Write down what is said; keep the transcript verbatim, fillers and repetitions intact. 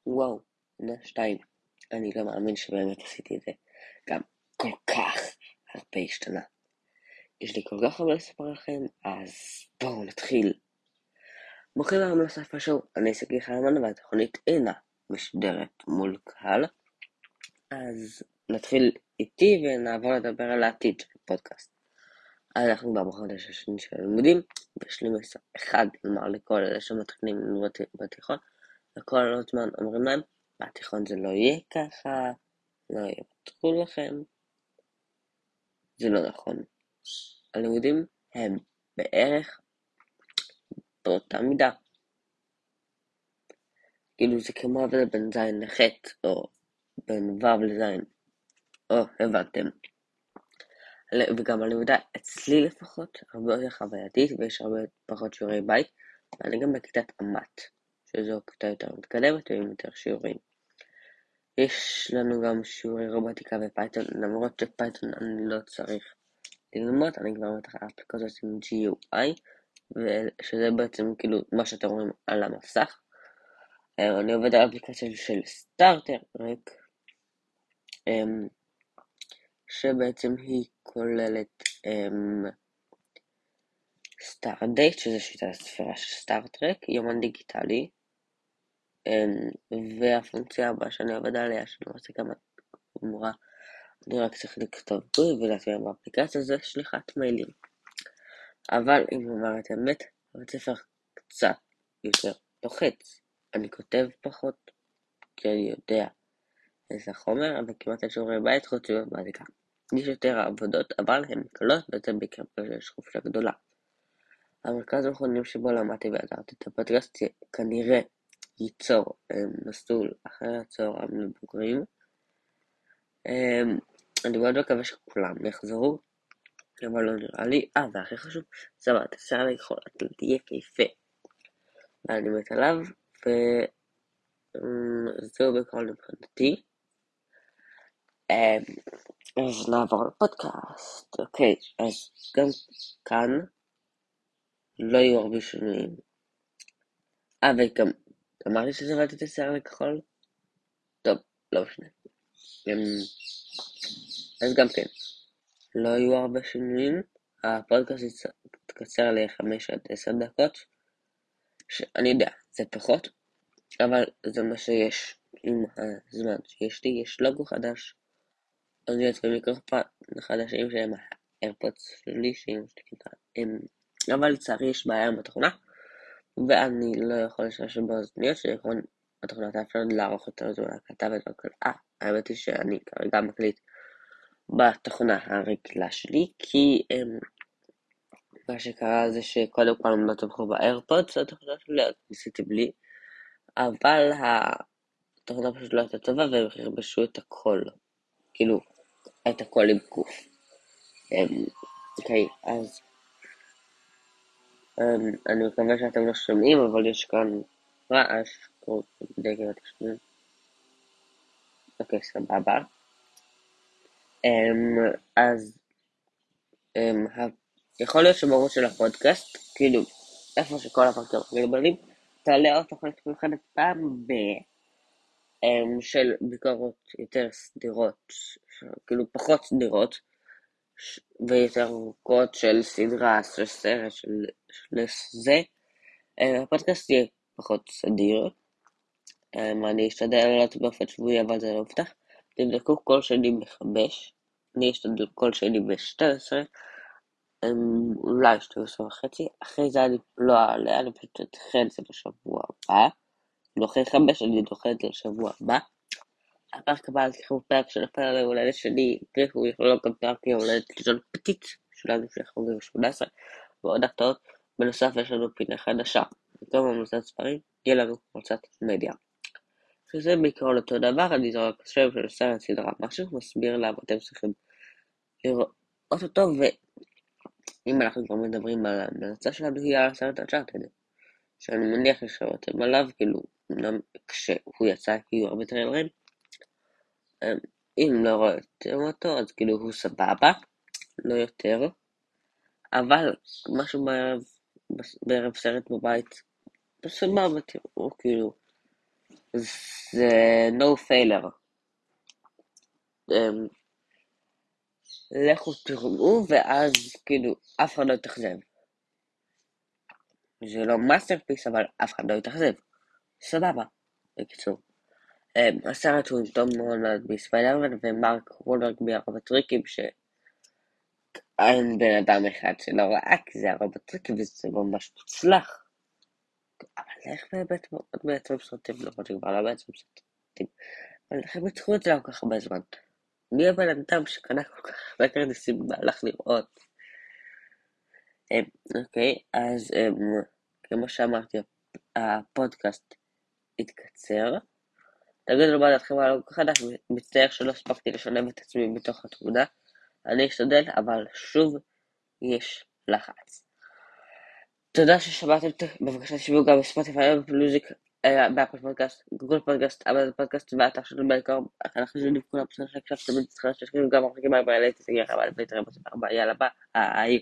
וואו, עונה שתיים. אני לא מאמין שבאמת עשיתי את זה. גם כל כך הרבה השתנה. יש לי כל כך הרבה לספר לכם, אז בואו נתחיל. ברוכים הבאים לספר שואו, אני סגי חיימן והתוכנית אינה משודרת מול קהל. אז נתחיל איתי ונעבור לדבר על העתיד של הפודקאסט. אנחנו כבר בחודש השני של הלימודים, ויש לי מסר אחד לומר לכל אלה שמתחילים ללמוד בתיכון, וכל הזמן אומרים להם, בתיכון זה לא יהיה ככה, לא יוותרו לכם. זה לא נכון. הלימודים הם בערך באותה מידה. כאילו זה כמו עבודה בין זין לחטא, או בין וו לזין. או, הבנתם. וגם הלימודה אצלי לפחות, הרבה יותר חווייתית, ויש הרבה פחות שיעורי בית, ואני גם בכיתת אמת, שזו כיתה יותר מתקדמת ועם יותר שיעורים. יש לנו גם שיעורי רובוטיקה ופייתון, למרות שפייתון אני לא צריך ללמוד, אני כבר מתחיל אפליקציות עם ג'י יו איי, שזה בעצם כאילו מה שאתם רואים על המסך. אני עובד על אפליקציה של סטארטרק, שבעצם היא כוללת סטארדייט, שזה שיטת הספירה של סטארטרק, יומן דיגיטלי, והפונקציה הבאה שאני עובד עליה, שאני רוצה כמה מורה, אני רק צריך לכתוב בוי ולהטביע באפליקציה, זה שליחת מיילים. אבל אם אומר את האמת, הבית ספר קצת יותר לוחץ. אני כותב פחות, כי אני יודע איזה חומר, אבל כמעט אין שיעורי בית חוץ ממתמטיקה. יש יותר עבודות, אבל הן קלות, וזה בעיקר יש חופשה גדולה. המרכז המכונים שבו למדתי ועזרתי את הפודקאסט כנראה ייצור מסלול אחרי הצהריים לבוגרים. אני מאוד מקווה שכולם יחזרו, אבל לא נראה לי. אה, והכי חשוב, סבבה, תסער לי יכול, אתה תהיה כיפה. ואני מת עליו, וזהו בכל מבחינתי. אז נעבור לפודקאסט. אוקיי, אז גם כאן לא יהיו הרבה שינויים. אה, וגם אמרתי שסבבתי את השיער לכחול? טוב, לא משנה. אז גם כן, לא יהיו הרבה שינויים. הפודקאסט יתקצר ל-חמש עד עשר דקות, שאני יודע, זה פחות, אבל זה מה שיש עם הזמן שיש לי. יש לוגו חדש, אוזניות ומיקרופון חדשים שהם האיירפודס שלי, אבל לצערי יש בעיה עם התוכנה, ואני לא יכול להשתמש באוזניות שיכולים התוכנה תאפשר לערוך את האוזן להקלטה ודברים. אה, האמת היא שאני כרגע מקליט בתוכנה הרגילה שלי, כי הם, מה שקרה זה שקודם כל הם לא תמכו באיירפודס, התוכנה שלי, אז ניסיתי בלי, אבל התוכנה פשוט לא הייתה טובה, והם הרבשו את הכל, כאילו, את הכל עם גוף. אוקיי, אז אני מקווה שאתם לא שומעים, אבל יש כאן רעש, או דגל התשמעים. אוקיי, סבבה. אז יכול להיות שבראש של הפודקאסט, כאילו, איפה שכל הפרקים הגלבלים, תעלה עוד תוכנית מיוחדת פעם ב... של ביקורות יותר סדירות, כאילו פחות סדירות, ויותר ארוכות של סדרה, של סרט, של זה. הפודקאסט יהיה פחות סדיר. אני אשתדל לעלות באופן שבועי, אבל זה לא מובטח. תבדקו כל שני בחמש, אני אשתדל כל שני בשתי עשרה, אולי שתי עשרה וחצי, אחרי זה אני לא אעלה, אני פשוט אתחיל את זה בשבוע הבא, אחרי חמש אני דוחה את זה לשבוע הבא. הפרק הבא תקחו פרק שנפל על ההולדת שלי, תקחו יכולו גם פרק ההולדת ליזון פתית שלנו שאנחנו שמונה עשרה, ועוד הפתעות. בנוסף יש לנו פינה חדשה, במקום המלצת ספרים יהיה לנו המלצת מדיה, שזה בעיקרון אותו דבר. אני זורק שם של סרט, סדרה, משהו מסביר למה אתם צריכים לראות אותו. ואם אנחנו כבר מדברים על ההמלצה שלנו, היא על הסרט אנצ'ארטד, שאני מניח לשאותם עליו, כאילו כשהוא יצא כי הוא הרבה טריילרים. אם לא ראיתם אותו, אז כאילו הוא סבבה, לא יותר, אבל משהו בערב, בערב סרט בבית, בסבבה, תראו, כאילו, זה no failure. אמ, לכו תראו, ואז כאילו אף אחד לא יתאכזב. זה לא מאסטרפיס, אבל אף אחד לא יתאכזב. סבבה, בקיצור. אמ, הסרט הוא עם תום הולנד בספיידרמן ומרק וולברג מהרובוטריקים, שאין בן אדם אחד שלא ראה, כי זה הרובוטריקים וזה ממש מוצלח. אבל איך באמת מאוד מייצרים סרטים, למרות שכבר לא מייצרים סרטים, אבל איך הם יצרו את זה כל כך הרבה זמן? מי הבן אדם שקנה כל כך הרבה כרטיסים והלך לראות? אמ, אוקיי, אז אמ, כמו שאמרתי, הפודקאסט התקצר. תגידו לו מה דעתכם על הלוק החדש, מצטער שלא הספקתי לשלב את עצמי בתוך התמונה. אני אשתדל, אבל שוב יש לחץ. תודה ששמעתם, בבקשה תשמעו גם בספוטיפיי, אפל מיוזיק, באפל פודקאסט, גוגל פודקאסט, אמזון פודקאסט ואתר שלנו בעיקר. אנחנו חושבים לכולם, בסדר שהקשבתם, תמיד תצטרכו שתשכיבו גם מרחיקים מהר בעלי תסגר, אבל נתראה בספר הבא, יאללה ביי.